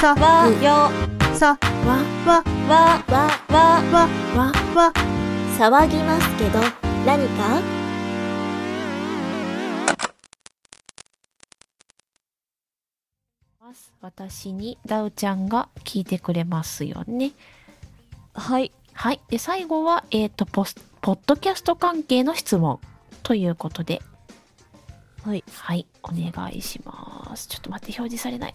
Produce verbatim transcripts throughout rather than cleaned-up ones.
さわよさわわわわわわわわ騒ぎますけど何か私にダウちゃんが聞いてくれますよね。 はい。 はい。で、最後は、えっと、ポス、ポッドキャスト関係の質問ということで。 はい。 はい。お願いします。ちょっと待って、表示されない。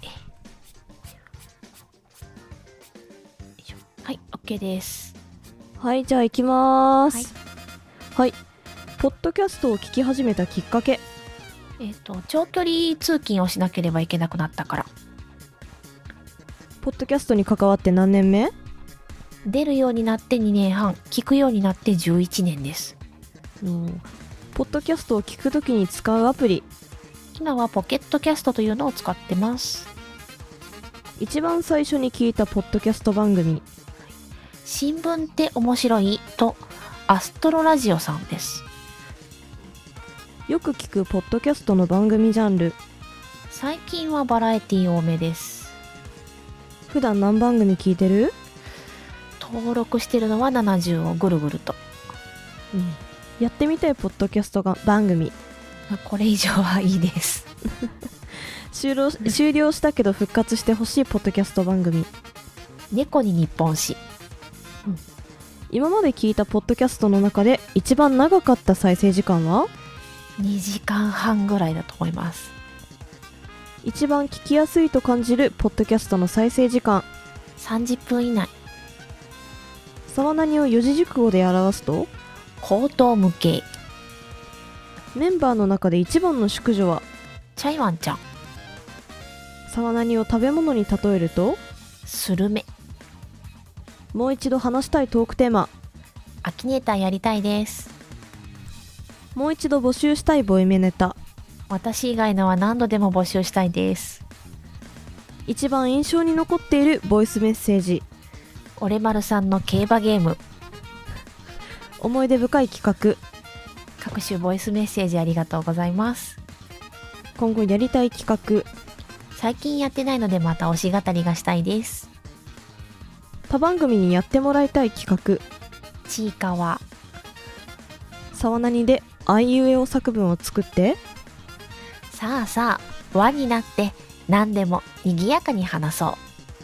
はい。OK です。 はい、じゃあ行きまーす。 はい。 はい。ポッドキャストを聞き始めたきっかけ。 えっと、長距離通勤をしなければいけなくなったから。 ポッドキャストに関わって何年目？ 出るようになってにねんはん、聞くようになってじゅういちねんです。 うん。ポッドキャストを聞くときに使うアプリ。 今はポケットキャストというのを使ってます。 一番最初に聞いたポッドキャスト番組。 新聞って面白いとアストロラジオさんです。 よく聞くポッドキャストの番組ジャンル。 最近はバラエティ多めです。 普段何番組聞いてる？ 登録してるのはななじゅうをぐるぐると。 うん。やってみたいポッドキャストが番組。 これ以上はいいです。 終了終了したけど復活してほしいポッドキャスト番組。 猫に日本史。 今まで聞いたポッドキャストの中で一番長かった再生時間は？ にじかんはんぐらいだと思います。 一番聞きやすいと感じるポッドキャストの再生時間。 さんじゅっぷん以内。 沢なにを四字熟語で表すと？ 口頭無形。 メンバーの中で一番の淑女は？ チャイワンちゃん。 沢なにを食べ物に例えると？ スルメ。 もう一度話したいトークテーマ。 アキネーターやりたいです。 もう一度募集したいボイメネタ。 私以外のは何度でも募集したいです。 一番印象に残っているボイスメッセージ。 オレマルさんの競馬ゲーム。 思い出深い企画。 各種ボイスメッセージありがとうございます。 今後やりたい企画。 最近やってないのでまた推し語りがしたいです。 他番組にやってもらいたい企画。 ちいかわ。 沢なにであいうえお作文を作って。 さあさあ輪になって何でも賑やかに話そう。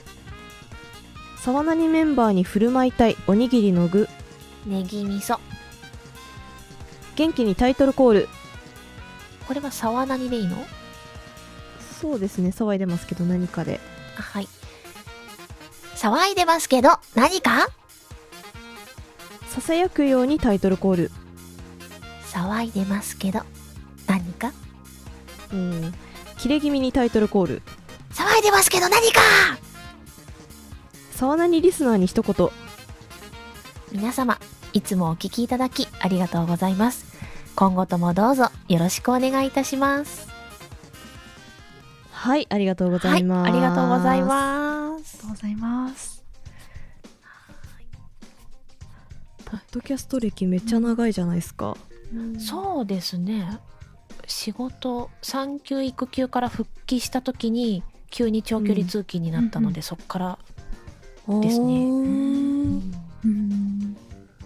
沢なにメンバーに振る舞いたいおにぎりの具。 ネギ味噌。 元気にタイトルコール。 これは沢なにでいいの？ そうですね、騒いでますけど何かで。 あ、はい。騒いでますけど何か？ ささやくようにタイトルコール。 騒いでますけど何か？ うん。切れ気味にタイトルコール。 騒いでますけど何か？ 沢なにリスナーに一言。 皆様いつもお聞きいただきありがとうございます。今後ともどうぞよろしくお願いいたします。 はい、ありがとうございます。 はい、ありがとうございます。 ありがとうございます。 ポッドキャスト歴めっちゃ長いじゃないですか。 うん、そうですね。仕事産休育休から復帰した時に急に長距離通勤になったので、うん、そっからですね。うんうん、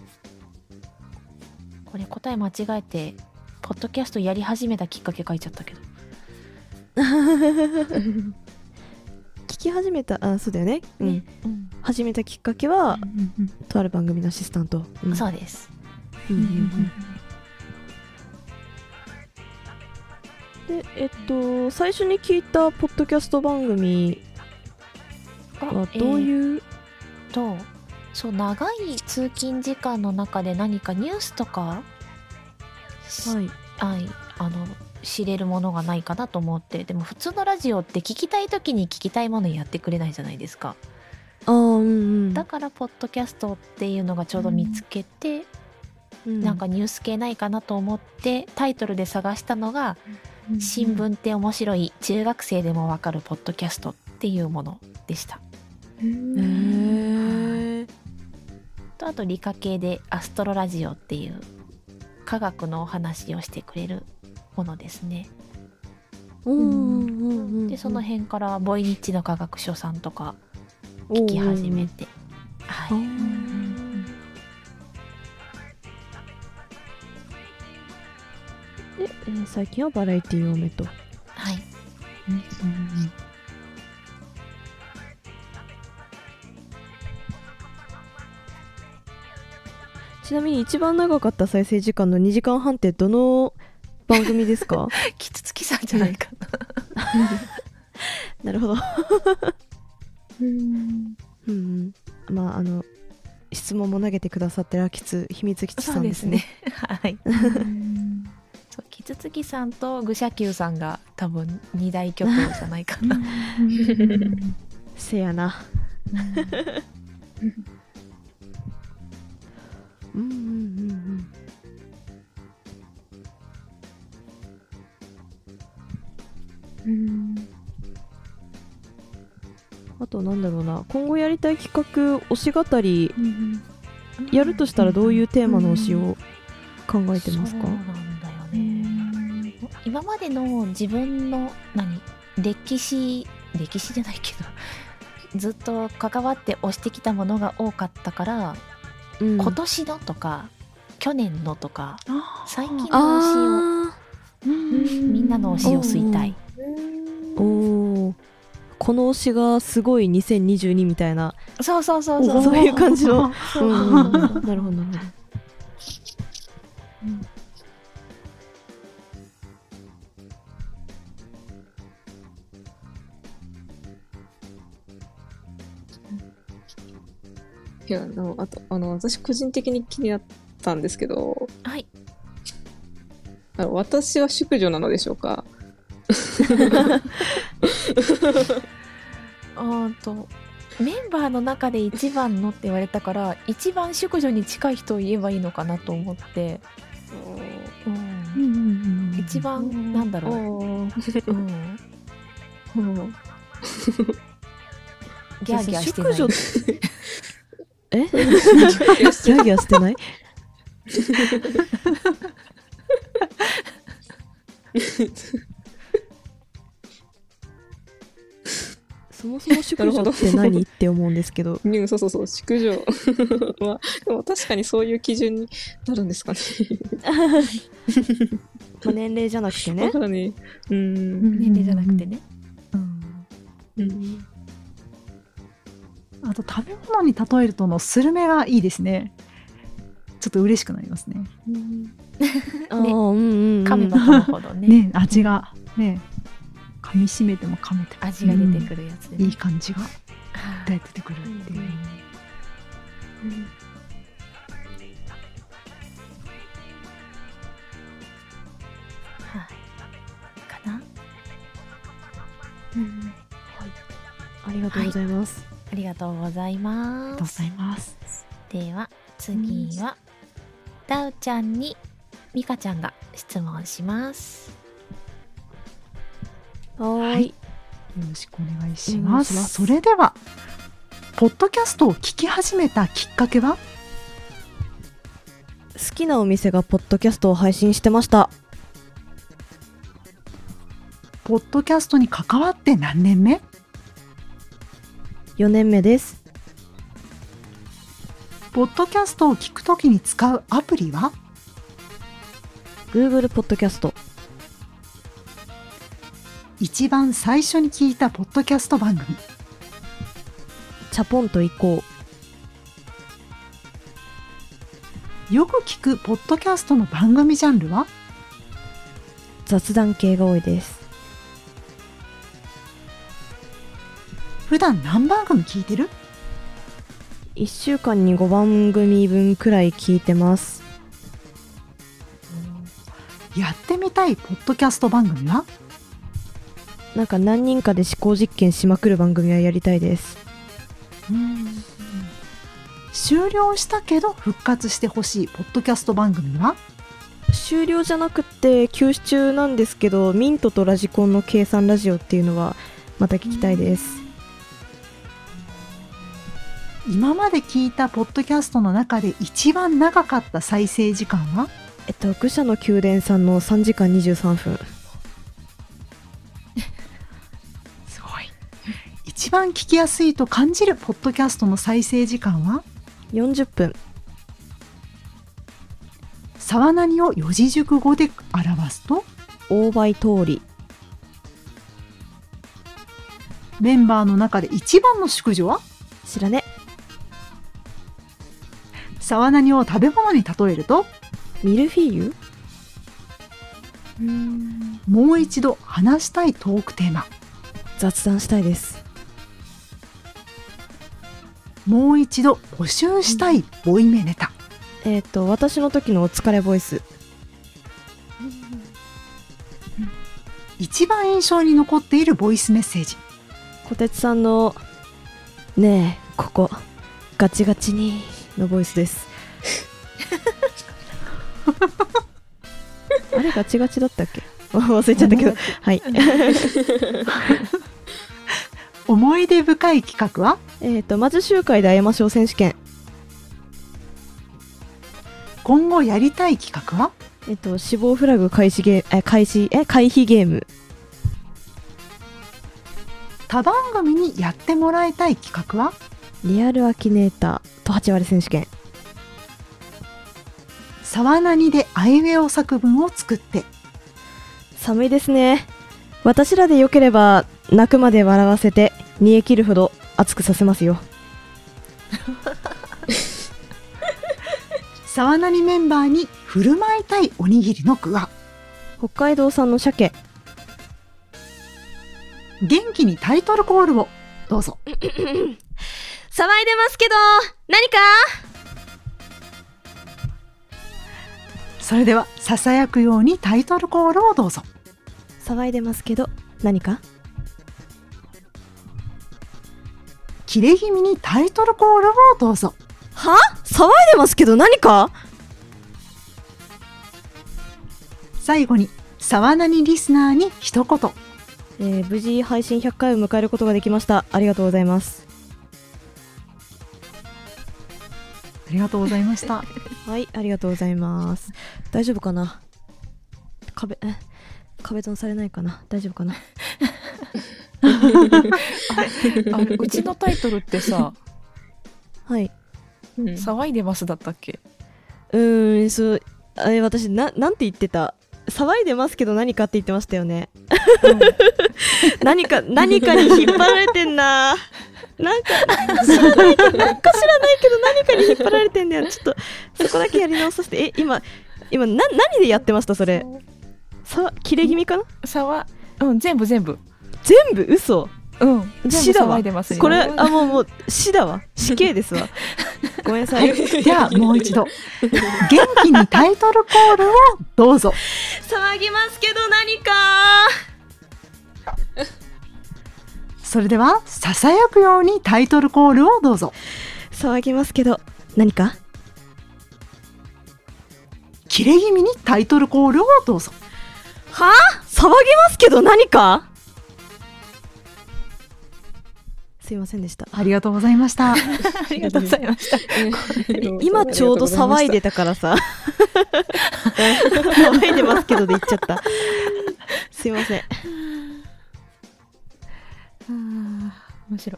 これ答え間違えてポッドキャストやり始めたきっかけ書いちゃったけど聞き始めた、あ、そうだよね、うん、うん、始めたきっかけは、うんうんうん、とある番組のアシスタント、 うん、そうです、 うんうんうん、で、えっと最初に聞いたポッドキャスト番組はどういう、 えー、とそう長い通勤時間の中で何かニュースとか、はい、はい、あの知れるものがないかなと思って。でも普通のラジオって聞きたい時に聞きたいものやってくれないじゃないですか。 あ、うんうん、 だからポッドキャストっていうのがちょうど見つけて、うん、なんかニュース系ないかなと思ってタイトルで探したのが、うん、新聞って面白い中学生でもわかるポッドキャストっていうものでした。 へー。 とあと理科系でアストロラジオっていう科学のお話をしてくれるものですね。 うんうんうん、 でその辺からボイニッチの科学書さんとか聞き始めて、はい、うんうん、 で、えー、最近はバラエティ多めと。 はい、 うんうんうん、 ちなみに一番長かった再生時間のにじかんはんってどの番組ですか？ キツツキさんじゃないかな。 なるほど。 うん、 うん、まああの質問も投げてくださってる秋津秘密基地さんですね。 そうですね。はい。そう、キツツキさんとグシャキューさんが多分二大巨頭じゃないかな。 せやな。うんうんうんうん。うん、あとなんだろうな、今後やりたい企画推し語り、うん、やるとしたらどういうテーマの推しを考えてますか？ そうなんだよね。今までの自分の何歴史歴史じゃないけどずっと関わって推してきたものが多かったから、うん、今年のとか去年のとか最近の推しを、うん、みんなの推しを吸いたい。 おお、この推しがすごいにせんにじゅうにみたいな、 そうそうそうそう、 そういう感じの。なるほどなるほど、うん、 いや、あの、あと、あの、私個人的に気になったんですけど、 はい。 あの、私は淑女なのでしょうか？ あとメンバーの中で一番のって言われたから、一番淑女に近い人を言えばいいのかなと思って、うん、一番なんだろう、うん、ギャーギャーしてない。淑女え？ギャーギャーしてない？そもそも淑女って何って思うんですけど。 うん、そうそうそう、淑女はでも確かにそういう基準になるんですかね。 まあ年齢じゃなくてね。 だからね、うん、 年齢じゃなくてね。 うん。うん、 あと食べ物に例えるとのスルメがいいですね。ちょっと嬉しくなりますね。 うん、ね、噛めば噛むほどね。 ね、味がね。噛み締めても噛めても味が出てくるやつで、ね、 いい感じが出てくるっていう、うんうん、 はいかな、 うん、はい、ありがとうございます、はい、 ありがとうございます。 ありがとうございます。 では次は、うん、ダウちゃんにミカちゃんが質問します。 はい、よろしくお願いします。それではポッドキャストを聞き始めたきっかけは？ 好きなお店がポッドキャストを配信してました。 ポッドキャストに関わって何年目？ よねんめです。 ポッドキャストを聞くときに使うアプリは？ Google ポッドキャスト。 一番最初に聞いたポッドキャスト番組。 チャポンと行こう。よく聞くポッドキャストの番組ジャンルは？ 雑談系が多いです。 普段何番組聞いてる？ いっしゅうかんにごばん組分くらい聞いてます。 やってみたいポッドキャスト番組は？ なんか何人かで思考実験しまくる番組はやりたいです。 うん、終了したけど復活してほしいポッドキャスト番組は？ 終了じゃなくて休止中なんですけど、ミントとラジコンの計算ラジオっていうのはまた聞きたいです。 今まで聞いたポッドキャストの中で一番長かった再生時間は？ えっと愚者の宮殿さんのさんじかんにじゅうさんぷん。 番聞きやすいと感じるポッドキャストの再生時間はよんじゅっぷん。 沢なにを四字熟語で表すと大倍通り。 メンバーの中で一番の淑女は知らね。 沢なにを食べ物に例えるとミルフィーユ。 うーんもう一度話したいトークテーマ。 雑談したいです。 もう一度募集したいボイメネタ。 えっ、ー、と私の時のお疲れボイス。 一番印象に残っているボイスメッセージ。 こてつさんのねえここガチガチにのボイスです。あれガチガチだったっけ忘れちゃったけどはい思い出深い企画はえっとまず集会で会いましょう選手権。 今後やりたい企画はえっと死亡フラグ開始ゲーえ開始え回避ゲーム。 他番組にやってもらいたい企画はリアルアキネーターとはち割選手権。 沢なにでアイウェオ作文を作って。 寒いですね。私らでよければ泣くまで笑わせて煮え切るほど熱くさせますよ。 沢なにメンバーに振る舞いたいおにぎりの具は北海道産の鮭。 元気にタイトルコールをどうぞ。 騒いでますけど何か。 それではささやくようにタイトルコールをどうぞ。 騒いでますけど何か。 切れ気味にタイトルコールをどうぞ。 は？騒いでますけど何か。 最後に沢なにリスナーに一言。 えー、無事配信ひゃっかいを迎えることができました。ありがとうございます。 ありがとうございました。 はい、ありがとうございます。大丈夫かな。壁え壁ドンされないかな。大丈夫かな。 あれあれうちのタイトルってさはい、 うん、 騒いでますだったっけ。 うーんそうあれ私ななんて言ってた。騒いでますけど何かって言ってましたよね。うん、何か何かに引っ張られてんな。なんか知らないけどなんか知らないけど何かに引っ張られてんだよ。ちょっとそこだけやり直させて。え今今な何でやってましたそれ。さ切れ気味かな。 さわうん全部全部全部嘘。 うん死だわ。 騒いでますね。 これあもうもう死だわ。死刑ですわ。ごめんなさい。 ではもう一度元気にタイトルコールをどうぞ。 騒ぎますけど何か。 それではささやくようにタイトルコールをどうぞ。 騒ぎますけど何か。 切れ気味にタイトルコールをどうぞ。 はあ騒ぎますけど何か。すいませんでした。 ありがとうございました。 ありがとうございました。 今ちょうど騒いでたからさ騒いでますけどで言っちゃった。すいません。 面白い。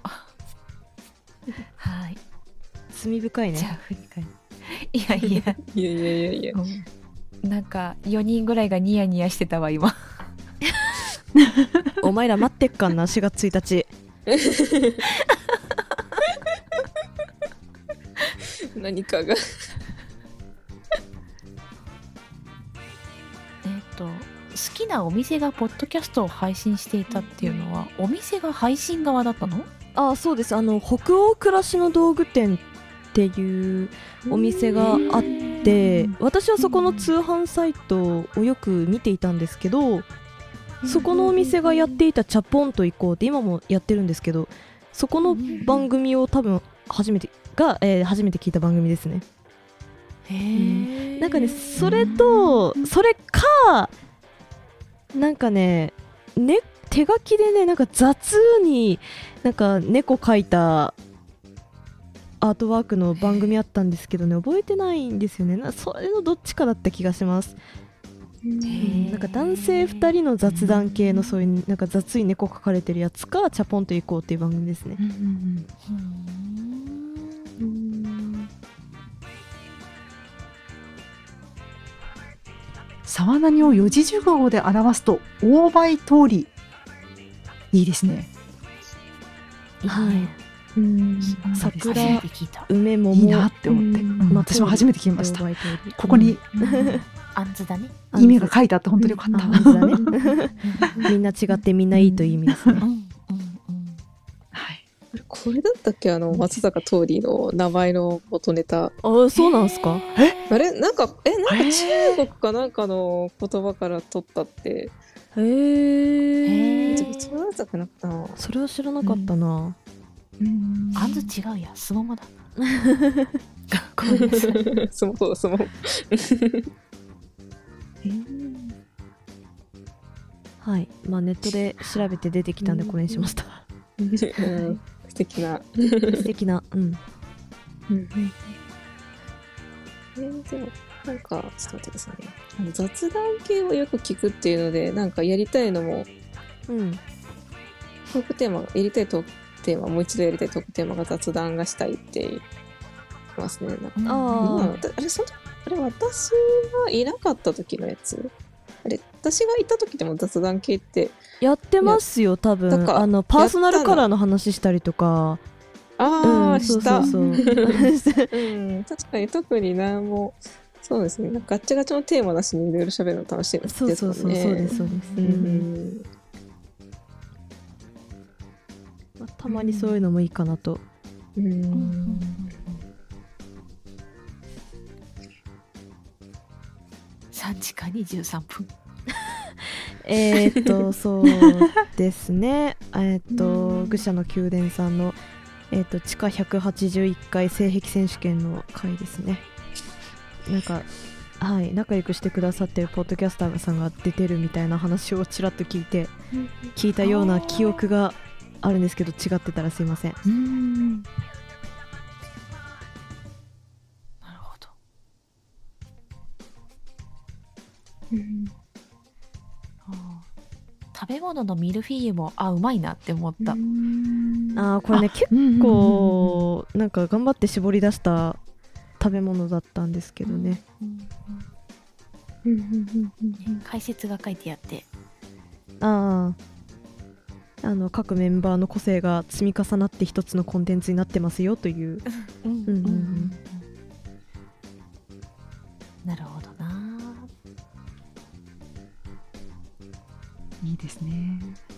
はい。 罪深いね。 じゃあ振り返り。いやいやいやいやいやいや、 うん、なんかよにんぐらいがニヤニヤしてたわ今。 お前ら待ってっかんなしがつついたち。 何かが。 えっと好きなお店がポッドキャストを配信していたっていうのは、お店が配信側だったの？ ああそうです。あの北欧暮らしの道具店っていうお店があって、私はそこの通販サイトをよく見ていたんですけど、そこのお店がやっていたチャポンと行こうって今もやってるんですけど、そこの番組を多分初めてが、えー、初めて聞いた番組ですね。 へー、 うん、なんかねそれとそれかなんかねね手書きでねなんか雑になんか猫描いたアートワークの番組あったんですけどね覚えてないんですよね。なそれのどっちかだった気がします。 ーなんか男性ふたりの雑談系のそういうなんか雑い猫描かれてるやつかチャポンと行こうっていう番組ですね。 うんうんうんうん沢何を四字熟語で表すと大倍通り。いいですね。 はいうん桜いい初めて聞いた。 梅桃いいなって思って、 うんうんまあ私も初めて聞きました。 大倍通りここにあんずだね。 意味が書いてあって本当によかった。 あ本当だねみんな違ってみんないいという意味ですね。 うんうんうんはい。 あれこれだったっけ、あの松坂桃李の名前の元ネタ。 あそうなんすか。 あれなんかえなんかへー中国かなんかの言葉から取ったって。 へえへーちょっとそうだったかなかな。 それは知らなかったな。 うんあんず違うや、すももだ。 ごめんなさい。 スモそうだスモ。 はい、まあネットで調べて出てきたんでこれにしました。 うん素敵な。 素敵な、うん。 えーでもなんかちょっと待ってくださいね。あの雑談系をよく聞くっていうのでなんかやりたいのもうん。 トークテーマやりたいトークテーマもう一度やりたいトークテーマが雑談がしたいって言いますね。なんかうんあ今あれそのあれ私がいなかった時のやつ。あれ私がいた時でも雑談系ってやってますよ多分。 なんかあのパーソナルカラーの話したりとか。 ああ、 うん、そうした。 そうそう。 うん、確かに特に何もそうですね。なんかガッチャガチャのテーマなしにいろいろ喋るの楽しいですそうそうそう、そうですそうです。 ううんん。 まあたまにそういうのもいいかなと。 うん。 うんうんさんじかんにじゅうさんぷん。 えーっとそうですね。えーっと愚者の宮殿さんのえーっと地下ひゃくはちじゅういっかい性癖選手権の回ですね。なんかはい仲良くしてくださってるポッドキャスターさんが出てるみたいな話をちらっと聞いて聞いたような記憶があるんですけど違ってたらすいません。 うんなるほど。あー食べ物のミルフィーユもあうまいなって思った。 あーこれね結うん構なんか頑張って絞り出した食べ物だったんですけどね。 解説が書いてあってあああの各メンバーの個性が積み重なって一つのコンテンツになってますよという。 うんうんうんうんなるほどな。 いいですね。 ね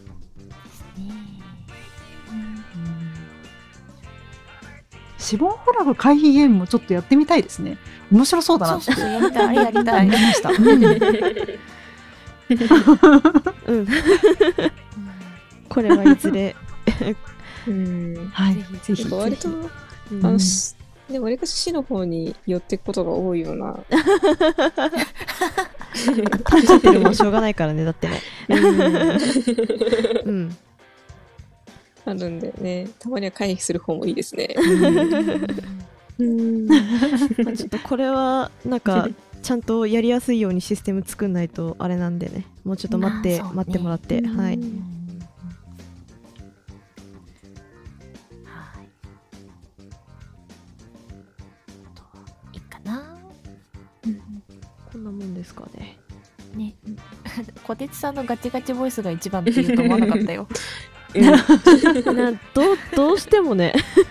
死亡フラグ回避ゲームもちょっとやってみたいですね。面白そうだなってそうそうそうやりたいやりたい思い。ました。 うんこれはいずれ、 うん。 はい、 ぜひぜひなんか割とうんあのしでもわりかし死の方に寄っていくことが多いような。 食べちゃってるもんしょうがないからねだってね。うんあるんでね。たまには回避する方もいいですね。 まあちょっとこれはなんかちゃんとやりやすいようにシステム作んないとあれなんでねもうちょっと待って、 まあそうね待ってもらって、 うんはい。 はい。あとはいいかな。 こんなもんですかね。 ね。小鉄さんのガチガチボイスが一番って言うと思わなかったよ。 などうどうしてもね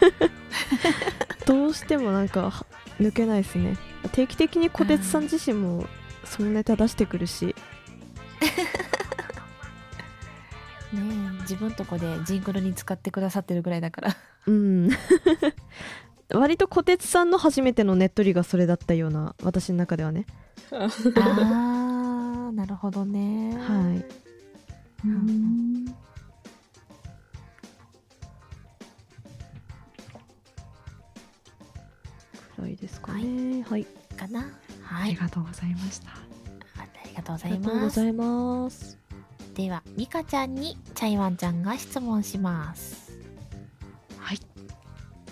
どうしてもなんかは抜けないですね。定期的に小鉄さん自身もそのネタ出してくるし、 ねえ自分とこでジングルに使ってくださってるぐらいだから。 うん割と小鉄さんの初めてのねっとりがそれだったような私の中ではね。 あーなるほどね。 はいうんくらいですかね。はい、 かな。 あはい。 りがとうございました。 ありがとうござありいます。 がとうございます。 ではミカちゃんにチャイワンちゃんが質問します。 はい。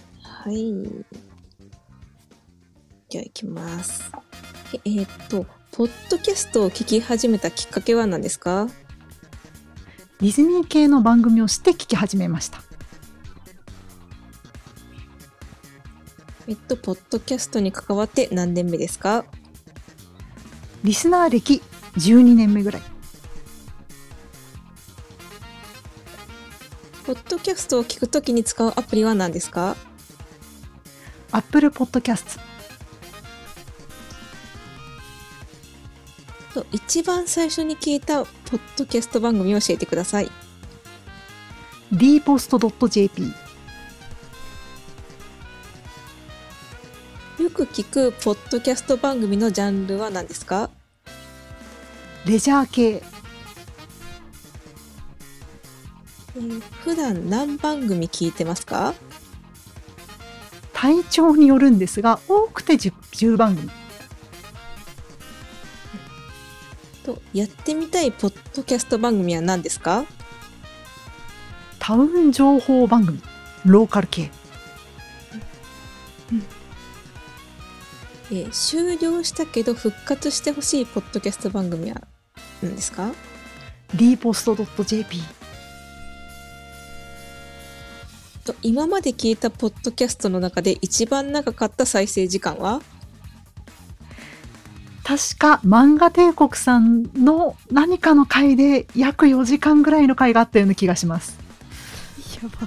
はい。じゃあ行きます。ええーっと、 ポッドキャストを聞き始めたきっかけは何ですか？ ディズニー系の番組を知って聞き始めました。 えっと、ポッドキャストに関わって何年目ですか？ リスナー歴じゅうにねんめぐらい。 ポッドキャストを聞くときに使うアプリは何ですか？ アップルポッドキャスト。 と一番最初に聞いたポッドキャスト番組を教えてください。 ディーポストドットジェーピー。 よく聞くポッドキャスト番組のジャンルは何ですか？ レジャー系。 えー普段何番組聞いてますか？ 体調によるんですが、多くて 10, じゅうばんぐみ。 とやってみたいポッドキャスト番組は何ですか？ タウン情報番組、ローカル系。 えー終了したけど復活してほしいポッドキャスト番組は何ですか？ ディーポストドットジェーピー。 と今まで聞いたポッドキャストの中で一番長かった再生時間は？ 確か漫画帝国さんの何かの回で約よじかんぐらいの回があったような気がします。 やば。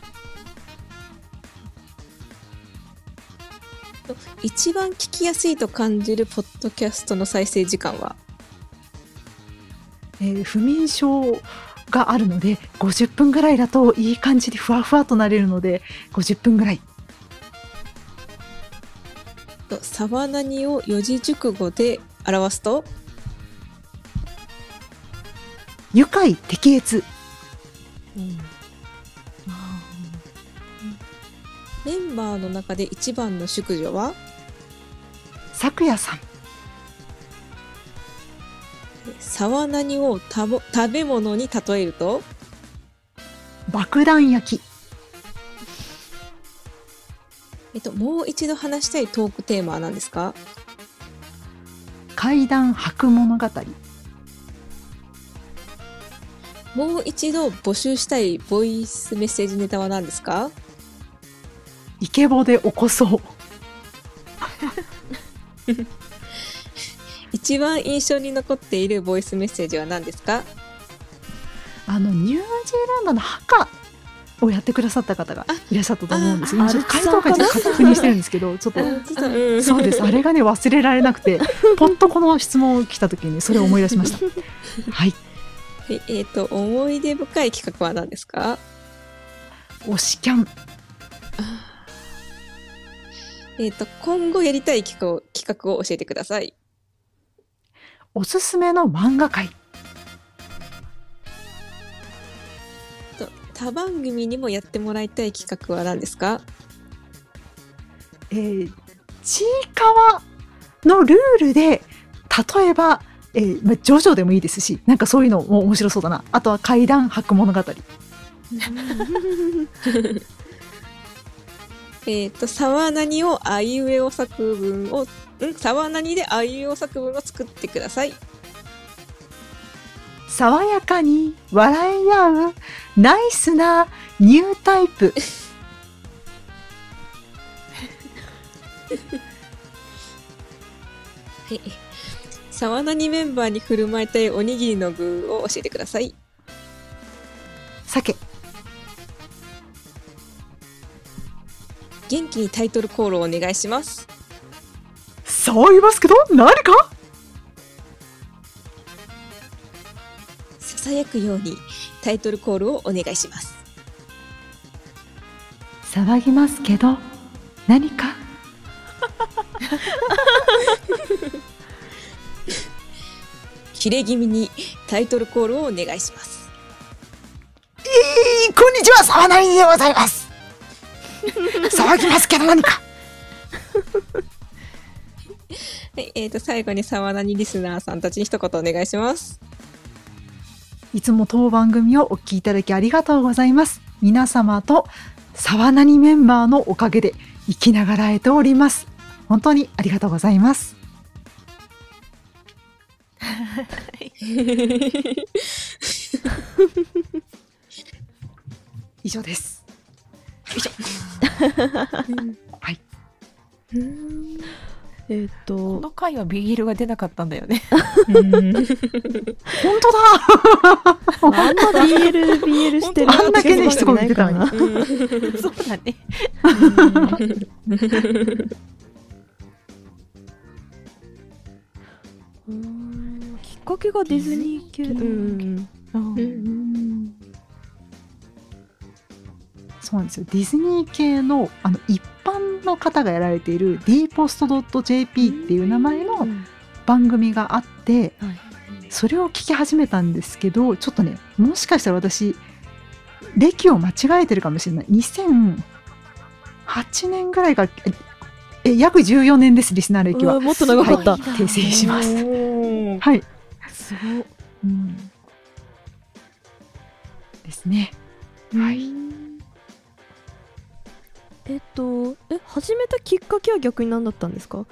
と一番聞きやすいと感じるポッドキャストの再生時間は？ えー不眠症があるのでごじゅっぷんぐらいだといい感じにふわふわとなれるのでごじゅっぷんぐらい。 とサバナニを四字熟語で表すと？ 愉快適悦。 メンバーの中で一番の淑女は？ 咲夜さん。 サワナニをたぼ食べ物に例えると？ 爆弾焼き。 えっと、もう一度話したいトークテーマは何ですか？ 怪談博物語。 もう一度募集したいボイスメッセージネタは何ですか？ イケボで起こそう。 一番印象に残っているボイスメッセージは何ですか？ あのニュージーランドのハカをやってくださった方がいらっしゃったと思うんです。今ちょっと回答会で確認してるんですけど、ちょっとうんそうです。あれがね忘れられなくて、ポッとこの質問来た時にそれを思い出しました。はい。 はいえっと思い出深い企画は何ですか？ 推しキャン。 えっと今後やりたい企画を企画を教えてください。 おすすめの漫画界。 と他番組にもやってもらいたい企画は何ですか？ えー、ちいかわのルールで例えば、えーまあ、ジョジョでもいいですし、なんかそういうのも面白そうだな。あとは怪談博物語。 えっと沢何をあいうえお作文をん沢何であいうえお作文を作ってください。 爽やかに笑い合うナイスなニュータイプ。 はい沢何メンバーに振る舞いたいおにぎりの具を教えてください。 鮭。 元気にタイトルコールをお願いします。 そう言いますけど何かささやくようにタイトルコールをお願いします。 騒ぎますけど何か切れ気味にタイトルコールをお願いします。 えー、こんにちは、沢なりでございます。騒ぎますけど何かはい、えーと最後に沢何リスナーさんたちに一言お願いします。 いつも当番組をお聞きいただきありがとうございます。皆様と沢なりメンバーのおかげで生きながらえております。本当にありがとうございます。 以上です。以上。はい。 えっとこの回は ビーエル が出なかったんだよね。 本当だ。 あんま ビーエル、ビーエル してるあんだけね一言言ってたのに。 そうだね。 うんきっかけがディズニー系。うんうんそうなんですよ。ディズニー系のあの一般の方がやられている ディーポストドットジェーピー っていう名前の番組があって、それを聞き始めたんですけど、ちょっとねもしかしたら私歴を間違えてるかもしれない。にせんはちねんぐらいがえ約じゅうよねんです。リスナー歴はもっと長かった、 はい、訂正します。はい、 すごい、 うん、ですね。はい。 えっとえ始めたきっかけは逆に何だったんですか？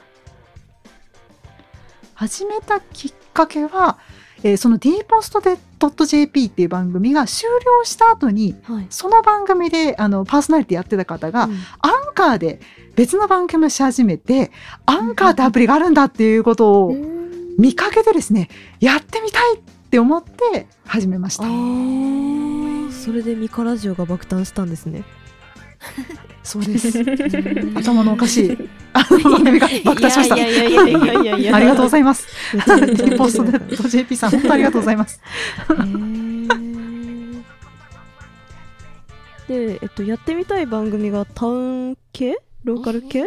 始めたきっかけは、えー、その ディーポストドットジェーピー っていう番組が終了した後に、はい、その番組であのパーソナリティやってた方が、うん、アンカーで別の番組をし始めて、アンカーってアプリがあるんだっていうことを見かけてですね、やってみたいって思って始めました。 あー、それでミカラジオが爆誕したんですね。 そうです。頭のおかしいあの番組が爆誕しました。ありがとうございます。ディーポストドットジェーピー さん本当ありがとうございます。 で、えっと、やってみたい番組がタウン系？ローカル系？ ロ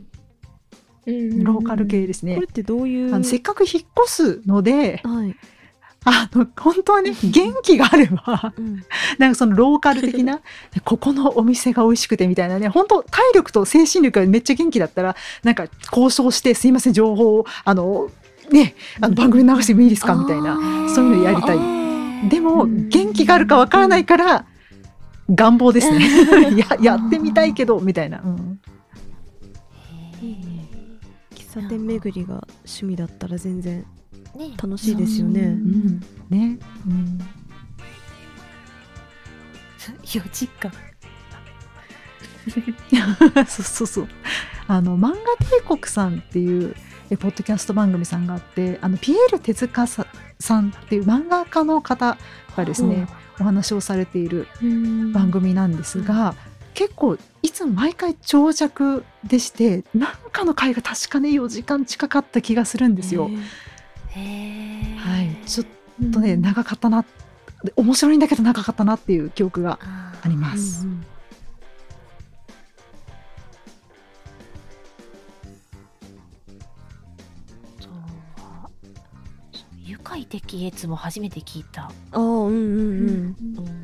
ーカル系ですね。 これってどういう？ あのせっかく引っ越すので、 はい、 あの本当はね元気があれば、うん、なんかそのローカル的なここのお店が美味しくてみたいなね、本当体力と精神力がめっちゃ元気だったらなんか交渉してすいません情報をあのねあの番組流してもいいですかみたいな、そういうのやりたい。でも元気があるかわからないから願望ですね。や, やってみたいけどみたいな、うん、 喫茶店巡りが趣味だったら全然楽しいですよね。 うん、ね、うん、 よじかんそうそうそう。あの漫画帝国さんっていうえポッドキャスト番組さんがあって、あのピエール手塚さんっていう漫画家の方がですね、お話をされている番組なんですが、結構いつも毎回長尺でして、なんかの回が確かねよじかん近かった気がするんですよ。 へはい、ちょっとね、うん、長かったな、面白いんだけど長かったなっていう記憶があります。うんうん、 そう愉快的越も初めて聞いた。 ああ、うんうんうん。うん、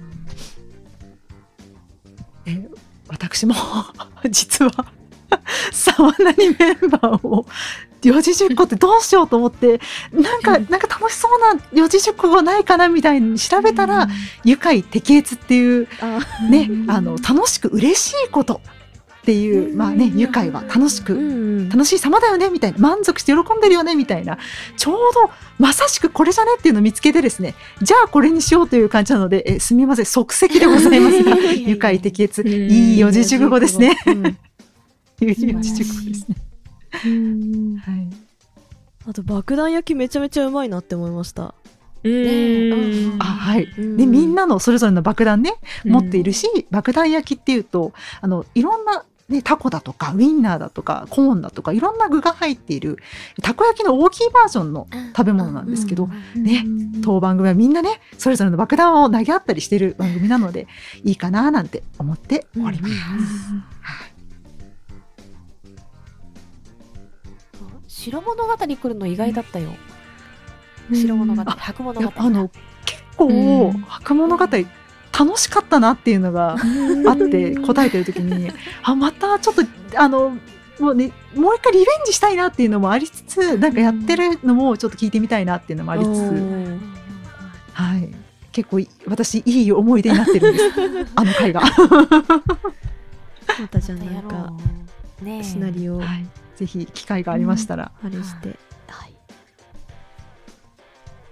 え私も実は沢なりメンバーを四字熟語ってどうしようと思ってなんか、なんか楽しそうな四字熟語ないかなみたいに調べたら、うん、愉快適悦っていうね、あの楽しく嬉しいことっていう、まあね、愉快は楽しく、うん、楽しい様だよねみたいな、満足して喜んでるよねみたいな、ちょうどまさしくこれじゃねっていうのを見つけてですね、じゃあこれにしようという感じなので、えすみません即席でございますが愉快適悦、いい四字熟語ですね。四字熟語ですね。 うんはい、あと爆弾焼きめちゃめちゃうまいなって思いました。 うん、あはい、でみんなのそれぞれの爆弾ね持っているし、爆弾焼きっていうとあのいろんな、ね、タコだとかウインナーだとかコーンだとかいろんな具が入っているたこ焼きの大きいバージョンの食べ物なんですけど、ね、当番組はみんなねそれぞれの爆弾を投げ合ったりしている番組なのでいいかななんて思っております。 白物語来るの意外だったよ。白物語、白物語。 あの結構白物語楽しかったなっていうのがあって答えてる時にあまたちょっとあのもうねもう一回リベンジしたいなっていうのもありつつ、なんかやってるのもちょっと聞いてみたいなっていうのもありつつ、はい、結構私いい思い出になってるんですあの回が。 またじゃあなんかねシナリオ、はい、 ぜひ機会がありましたら、 うん、あれして、はい、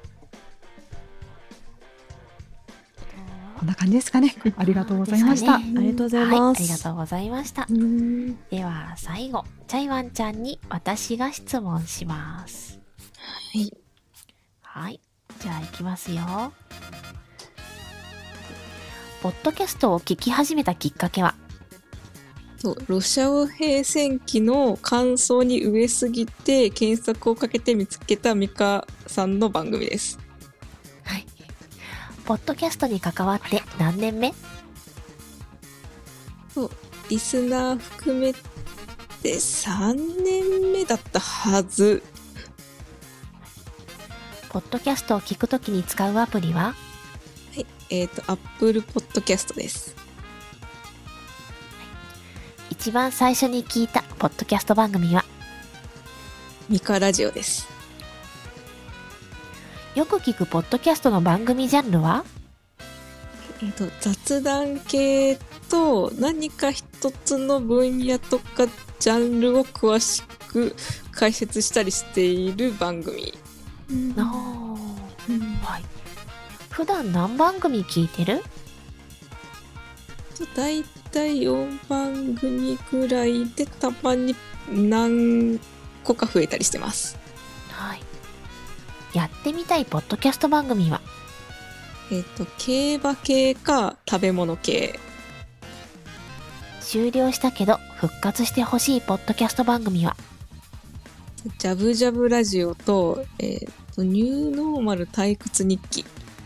こんな感じですかね。ありがとうございました。 ありがとうございはい、 ます。 ありがとうございました。では最後、チャイワンちゃんに私が質問します。 はい。 はい、じゃあ行きますよ。ポッドキャストを聞き始めたきっかけは？ そうロシア語平戦記の感想に飢えすぎて検索をかけて見つけたミカさんの番組です。 はい。ポッドキャストに関わって何年目？ そうリスナー含めてさんねんめだったはず。 ポッドキャストを聞くときに使うアプリは？ はい、えっと Apple Podcast です。 一番最初に聞いたポッドキャスト番組は？ ミカラジオです。 よく聞くポッドキャストの番組ジャンルは？ えっと雑談系と何か一つの分野とかジャンルを詳しく解説したりしている番組。 あー、はい。普段何番組聞いてる？ だいたいよんばん組ぐらいでたまに何個か増えたりしてます。 はい。やってみたいポッドキャスト番組は？ えっと競馬系か食べ物系。 終了したけど復活してほしいポッドキャスト番組は？ ジャブジャブラジオと、えっとニューノーマル退屈日記。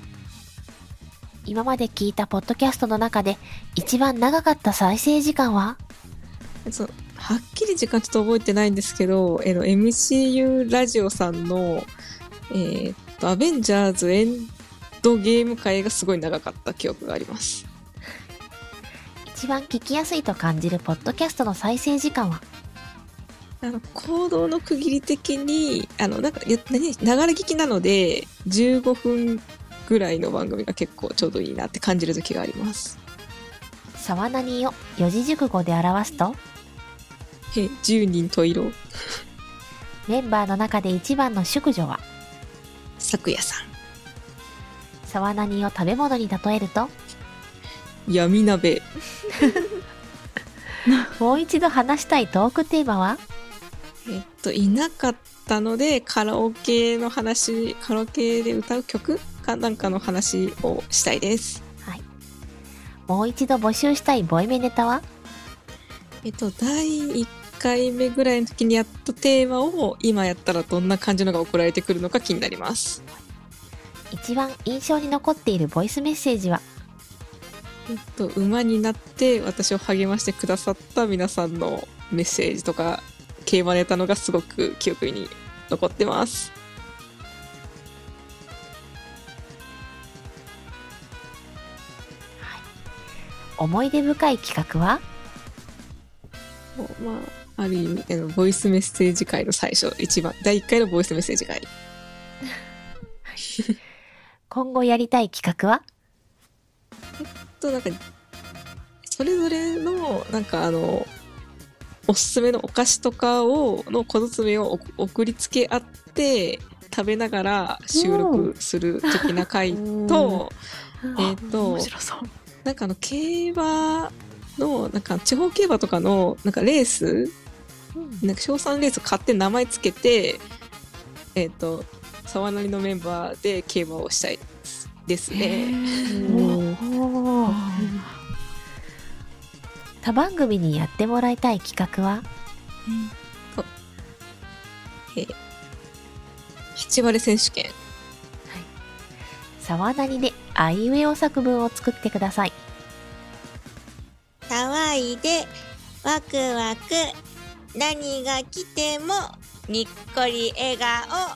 今まで聞いたポッドキャストの中で一番長かった再生時間は？ そうはっきり時間ちょっと覚えてないんですけど、えの エムシーユー ラジオさんの、えー、っとアベンジャーズエンドゲーム会がすごい長かった記憶があります。 一番聞きやすいと感じるポッドキャストの再生時間は？ あの行動の区切り的にあのなんかや何ながら聞きなのでじゅうごふんぐらいの番組が結構ちょうどいいなって感じる時があります。 沢何を四字熟語で表すと？ へじゅうにん十色。 メンバーの中で一番の淑女は？ 咲夜さん。 沢何を食べ物に例えると？ 闇鍋。 もう一度話したいトークテーマは？ えっといなかったのでカラオケの話、カラオケで歌う曲かなんかの話をしたいです。 はい。もう一度募集したいボイメネタは？ えっとだいいっかいめぐらいの時にやったテーマを今やったらどんな感じのが送られてくるのか気になります。 一番印象に残っているボイスメッセージは？ えっと馬になって私を励ましてくださった皆さんのメッセージとか競馬ネタのがすごく記憶に残ってます。 思い出深い企画は？ まあ、ある意味あのボイスメッセージ会の最初一番だいいっかいのボイスメッセージ会。 今後やりたい企画は？ えっとなんかそれぞれのなんかあのおすすめのお菓子とかをの小包を送りつけ合って食べながら収録する的な回とえっと面白そう。 なんかあの競馬のなんか地方競馬とかのなんかレース、なんか賞賛レース買って名前つけてえっと沢なりのメンバーで競馬をしたいですね。 他番組にやってもらいたい企画は？ えー、七割選手権。 沢なりであいうえお作文を作ってください。 騒いでワクワク、何が来てもにっこり笑顔。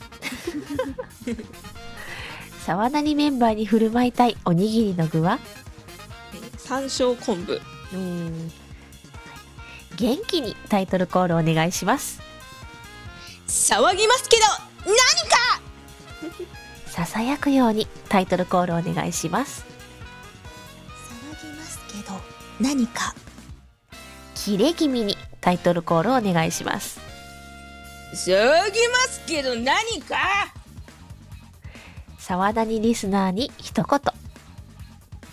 沢なりメンバーに振る舞いたいおにぎりの具は？ 山椒昆布。 うーん、元気にタイトルコールお願いします。 騒ぎますけど何かささやくようにタイトルコールお願いします。 騒ぎますけど何かキレ気味にタイトルコールお願いします。 騒ぎますけど何か沢なりリスナーに一言。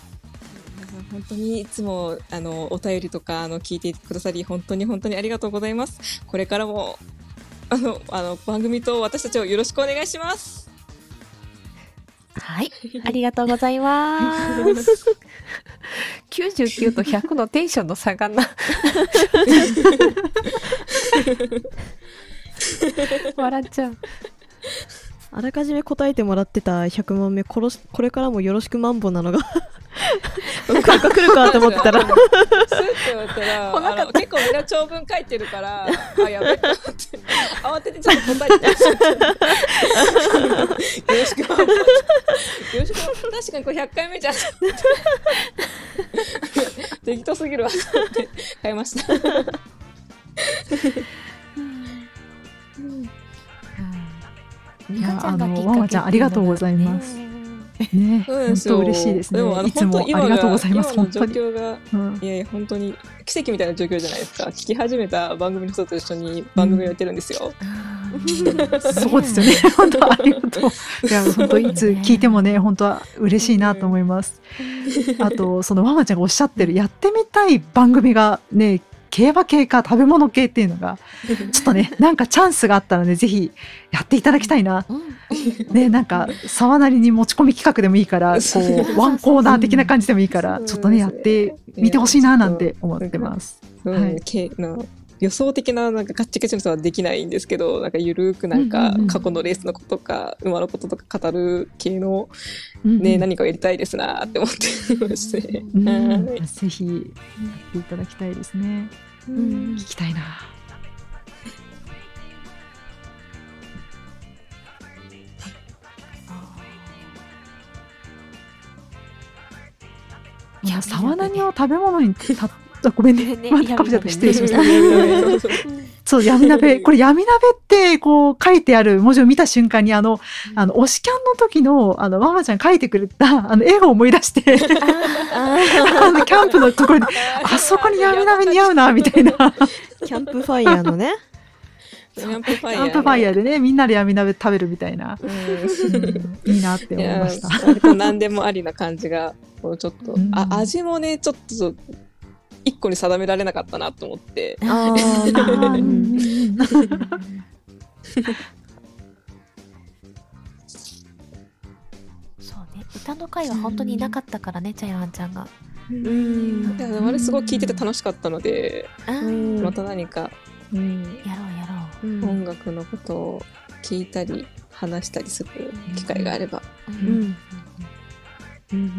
本当にいつもあのお便りとかあの聞いてくださり本当に本当にありがとうございます。これからもあのあの番組と私たちをよろしくお願いします。 はい、ありがとうございますきゅうじゅうきゅうとひゃくのテンションの差がな笑っちゃう。 あらかじめ答えてもらってたひゃくまんめ殺しこれからもよろしくマンボなのが来るか来るかと思ってたらスーって言われたらあの結構みんな長文書いてるからあやべって慌ててちょっと答えてよろしくマンボよろしくマンボ確かにこれひゃっかいめじゃん適当すぎるわと思って買いましたみかちゃんがきっかけ、 いやあのワンワちゃんありがとうございますね、本当嬉しいですね。いつもありがとうございます。 今の状況が、うん、いやいや本当に奇跡みたいな状況じゃないですか。聞き始めた番組の人と一緒に番組をやってるんですよ。 うん、そうですよね。本当ありがとう。いや本当いつ聞いてもね本当は嬉しいなと思います。あとそのワンワちゃんがおっしゃってるやってみたい番組がね。競馬系か食べ物系っていうのがちょっとねなんかチャンスがあったらねぜひやっていただきたいな、ね、なんか沢なりに持ち込み企画でもいいからこうワンコーナー的な感じでもいいからちょっとねやってみてほしいななんて思ってます。はい、 予想的ななんかガッチガチの人はできないんですけどなんかゆるくなんか過去のレースのこととか馬のこととか語る系の、ね、何かをやりたいですなって思ってまして、 うんうん、ぜひやっていただきたいですね。うん、聞きたいな。いや沢なにを食べ物にたごめんね、ねカフェだと失礼しました。そう闇鍋これ闇鍋ってこう書いてある文字を見た瞬間にあのあの推しキャンの時のあのママちゃん書いてくれたあの絵を思い出してあのキャンプのところにあそこに闇鍋似合うなみたいなキャンプファイヤーのねキャンプファイヤー、 ね、キャンプファイヤーでねみんなで闇鍋食べるみたいな、うんうん、いいなって思いました。 割と何でもありな感じがこうちょっと、うん、あ味もねちょっと一個に定められなかったなと思って。あーそうね歌の回は本当にいなかったからね、チャイワンちゃんが。 うんいやあれすごい聞いてて楽しかったのでまた何か、うん、 やろうやろう、うん、音楽のことを聞いたり話したりする機会があれば。うんうんうんうん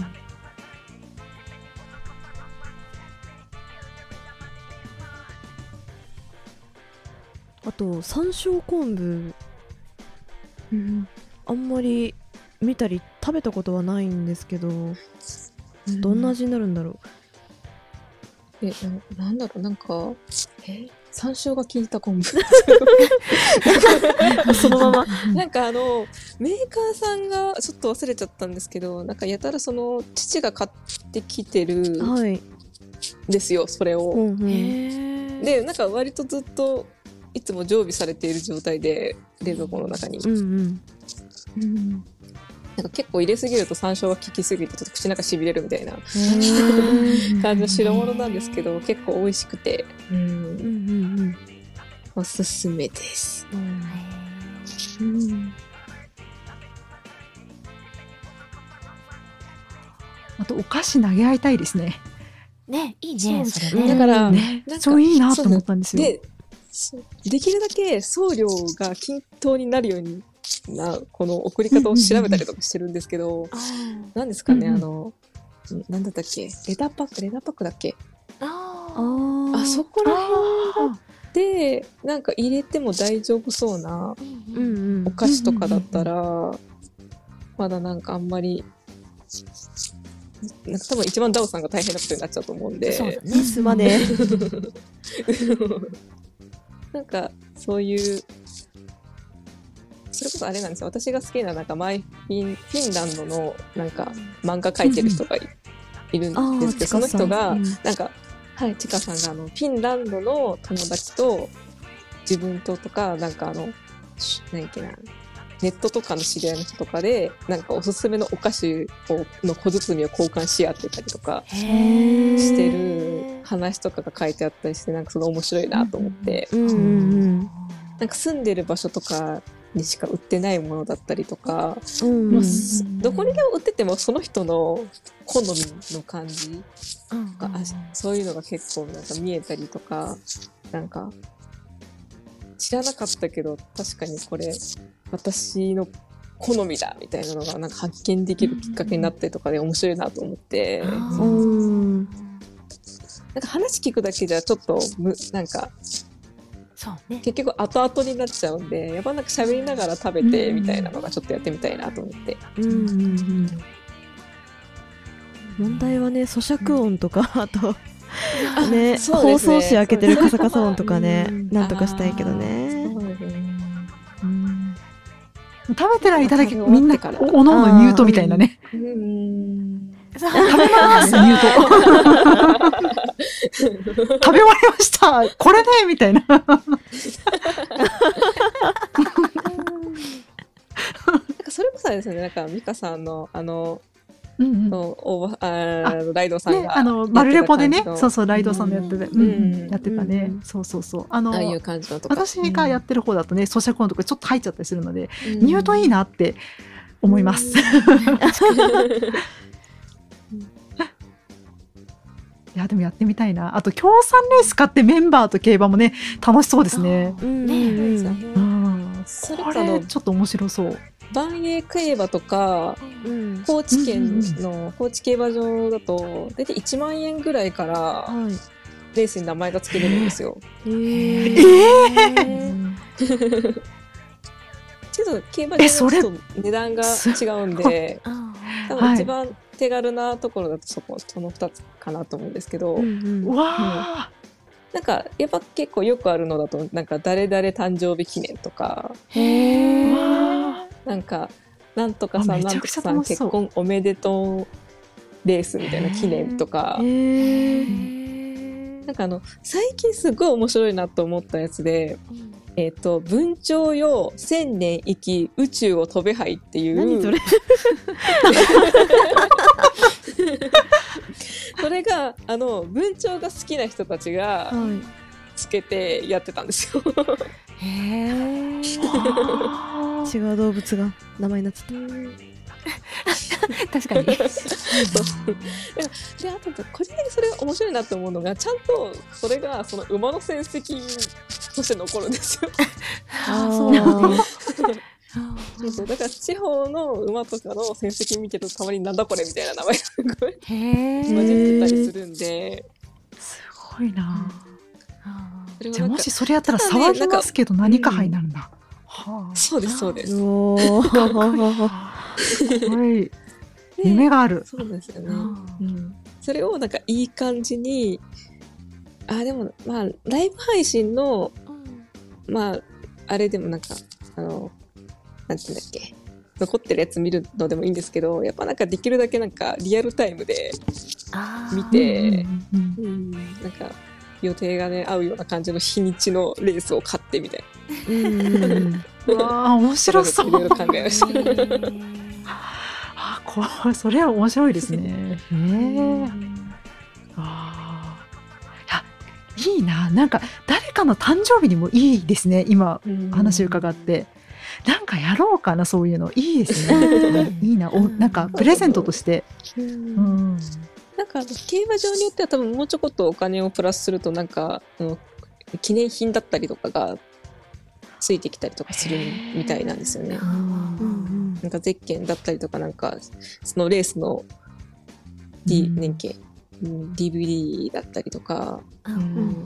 あと山椒昆布、うん、あんまり見たり食べたことはないんですけど、うん、どんな味になるんだろう。えな、なんだろうなんかえ山椒が効いた昆布そのままなんかあのメーカーさんがちょっと忘れちゃったんですけどなんかやたらその父が買ってきてる、はい、ですよそれを、うんうん、でなんか割とずっといつも常備されている状態で冷蔵庫の中に、うんうんうん、なんか結構入れすぎると山椒が効きすぎてちょっと口の中しびれるみたいな感じの白物なんですけど結構美味しくて、うんうんうん、おすすめです、うんうん、 あとお菓子投げ合いたいですね。 ねいいねそれね。 だから、 ね、そういいなと思ったんですよ。 でできるだけ送料が均等になるようになこの送り方を調べたりとかしてるんですけど、何ですかね、うんうん、あの何だったっけレターパックレターパックだっけああそこら辺でなんか入れても大丈夫そうなお菓子とかだったらまだなんかあんまりなんか多分一番ダオさんが大変なことになっちゃうと思うんでそうだねすまねなんかそういうそれこそあれなんですよ私が好きななんかマイフィンフィンランドのなんか漫画描いてる人が い,、いるんですけどその人が、うん、なんかはいちかさんがあのフィンランドの友達と自分ととかなんかあの何やっけなネットとかの知り合いの人とかでなんかおすすめのお菓子をの小包を交換し合ってたりとかしてる話とかが書いてあったりして、なんかその面白いなと思って、 うんうんうん、 なんか住んでる場所とかにしか売ってないものだったりとか、 うんうんまあ、どこにでも売っててもその人の好みの感じとか、あそういうのが結構なんか見えたりとか、なんか知らなかったけど確かにこれ私の好みだみたいなのがなんか発見できるきっかけになってとかで面白いなと思って、うん、なんか話聞くだけじゃちょっとむなんかそうね、 結局後々になっちゃうんで、やっぱなんか喋りながら食べてみたいなのがちょっとやってみたいなと思って、 うんうんうん、問題はね咀嚼音とか、あとね、包装紙開けてるカサカサ音とかね、なんとかしたいけどね。そうですね、 うん、食べてる間だけみんなおのおのミュートみたいなね。うん、食べますミュート。食べ終わりましたこれねみたいな。なんかそれこそですね、なんかミカさんのあの。うんうん、のあライドさんが、ね、 あのマルレポでね、そうそうライドさんのやってて、うんうん、やってたね、うん、そうそうそう、あのああいう感じのとか、 私がやってる方だとね、咀嚼音とかちょっと入っちゃったりするので、うん、ミュートいいなって思います。うん、いやでもやってみたいな。あと協賛レース買ってメンバーと競馬もね楽しそうですね。うん、ね、うん、これちょっと面白そう。 万栄競馬とか、うん、高知県の高知競馬場だと大体いちまんえんぐらいからレースに名前が付けれるんですよ。えー、えー、ちょっと競馬場だと値段が違うんで、多分一番手軽なところだとそこそのふたつかなと思うんですけど、うんうん、わー、なんかやっぱ結構よくあるのだとなんか誰々誕生日記念とか、へー、なんかなんとかさんなんとかさん結婚おめでとうレースみたいな記念とか、へー、なんかあの最近すごい面白いなと思ったやつで、うん、えっと文鳥よ千年生き宇宙を飛べはいっていう、何それそれがあの文鳥が好きな人たちがつけてやってたんですよ。へー違う動物が名前になっちゃった。確かに。で、あと個人的にそれが面白いなと思うのが、ちゃんとそれがその馬の戦績として残るんですよ。ああ、そうなんだ。そうそう、だから地方の馬とかの戦績見てるとたまになんだこれみたいな名前がすごい混じってたりするんで、 すごいな。じゃあもしそれやったら騒ぎますけど何か杯になるんだ。 はあ、そうですそうです。 おすごい夢がある。 そうですよね、うん、それをなんかいい感じに、あでもまあライブ配信の、うん、まああれでもなんかあのなんていうんだっけ、残ってるやつ見るのでもいいんですけど、やっぱなんかできるだけなんかリアルタイムで見て、うんうんうん、なんか予定がね合うような感じの日にちのレースを買ってみたいな。うんうわー面白そう。いろいろ考えました。あこれそれは面白いですね。へえ。あいやいいな、なんか誰かの誕生日にもいいですね。今話伺って。なんかやろうかな、そういうのいいですね。いいな、おなんかプレゼントとして。うん。 なんか競馬場によっては多分もうちょこっとお金をプラスするとなんか記念品だったりとかがついてきたりとかするみたいなんですよね。なんかゼッケンだったりとかなんかそのレースの D、うん、年計、うん、ディーブイディー だったりとか。うんうん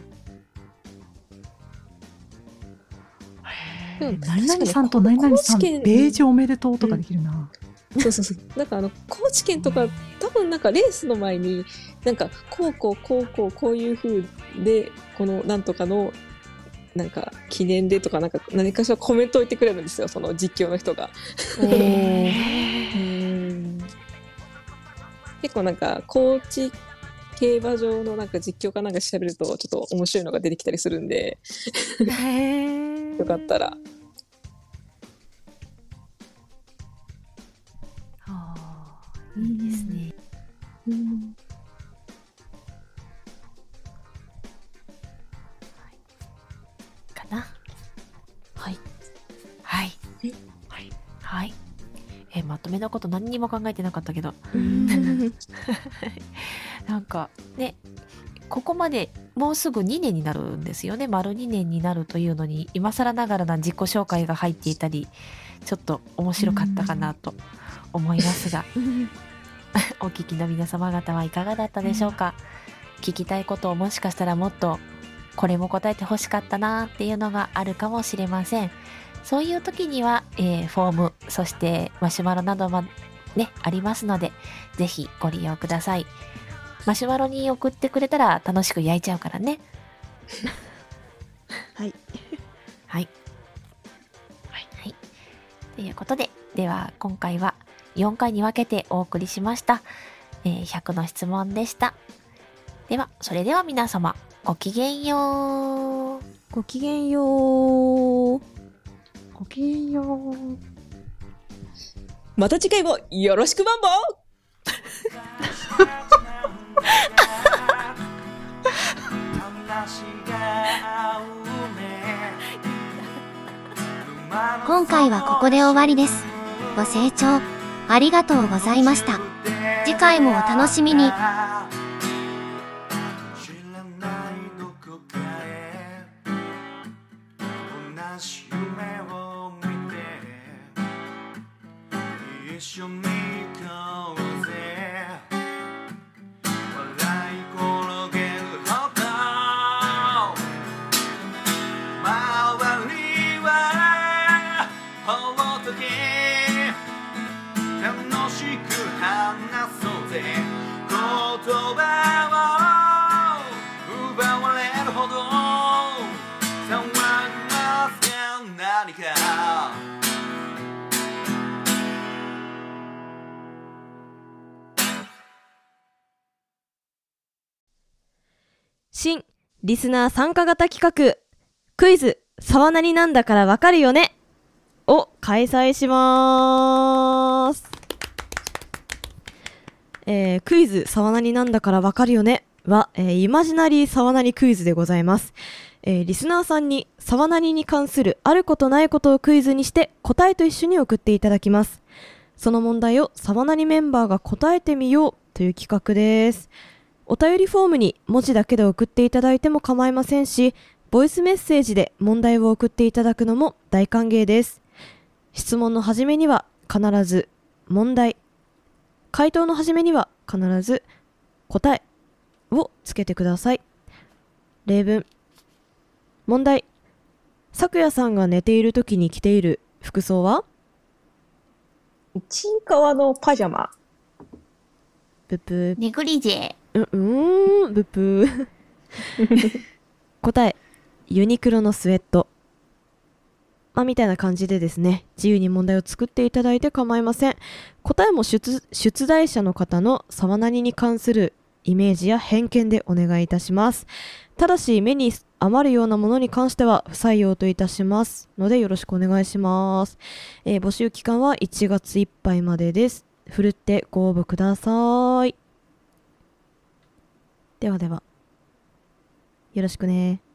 何々さんと何々さんベージュおめでとうとかできるな。 うん、そうそうそう。なんかあの高知県とか多分なんかレースの前になんかこうこうこうこうこういう風でこのなんとかのなんか記念でとかなんか何かしらコメントを言ってくれるんですよ、その実況の人が。うん結構なんか高知競馬場のなんか実況かなんか調べるとちょっと面白いのが出てきたりするんでよかったらいいですね。 うんかな。 はい。 はい。 はいはい。えーまとめのこと何にも考えてなかったけど、なんかね、ここまでもうすぐにねんになるんですよね。丸にねんになるというのに、今更ながらな自己紹介が入っていたり、ちょっと面白かったかなと思いますが、お聞きの皆様方はいかがだったでしょうか。聞きたいことをもしかしたらもっとこれも答えてほしかったなっていうのがあるかもしれません。そういう時には、えーフォーム、そしてマシュマロなどもね、ありますので、ぜひご利用ください。マシュマロに送ってくれたら楽しく焼いちゃうからね。 はい。 はい。はい。ということで、では今回はよんかいに分けてお送りしました。えーひゃくの質問でした。では、それでは皆様、ごきげんよう。 ごきげんよう。 ごきげんよう。 また次回もよろしくバンボ今回はここで終わりです。ご清聴ありがとうございました。次回もお楽しみに。 知らないどこかへ同じ夢を見て一緒に行こうぜ笑い転げるほど周りはほっとけ楽しく話そうぜ言葉を奪われるほど騒ぎますが何か新リスナー参加型企画クイズ沢なになんだからわかるよねを開催しまーす。えー、クイズ沢なになんだからわかるよねは、えーイマジナリー沢なにクイズでございます。えーリスナーさんに沢なにに関するあることないことをクイズにして答えと一緒に送っていただきます。その問題を沢なにメンバーが答えてみようという企画です。お便りフォームに文字だけで送っていただいても構いませんし、ボイスメッセージで問題を送っていただくのも大歓迎です。質問の始めには必ず問題、回答の始めには必ず答えをつけてください。例文。問題。さくやさんが寝ている時に着ている服装は？ チンカワのパジャマ。 ブッブー。 ネグリジェ。 う、うーん、ブッブー。答え。ユニクロのスウェット。まあ、みたいな感じでですね、自由に問題を作っていただいて構いません。答えも出、出題者の方の沢なにに関するイメージや偏見でお願いいたします。ただし、目に余るようなものに関しては不採用といたしますのでよろしくお願いします。えー募集期間はいちがついっぱいまでです。ふるってご応募ください。ではでは、よろしくね。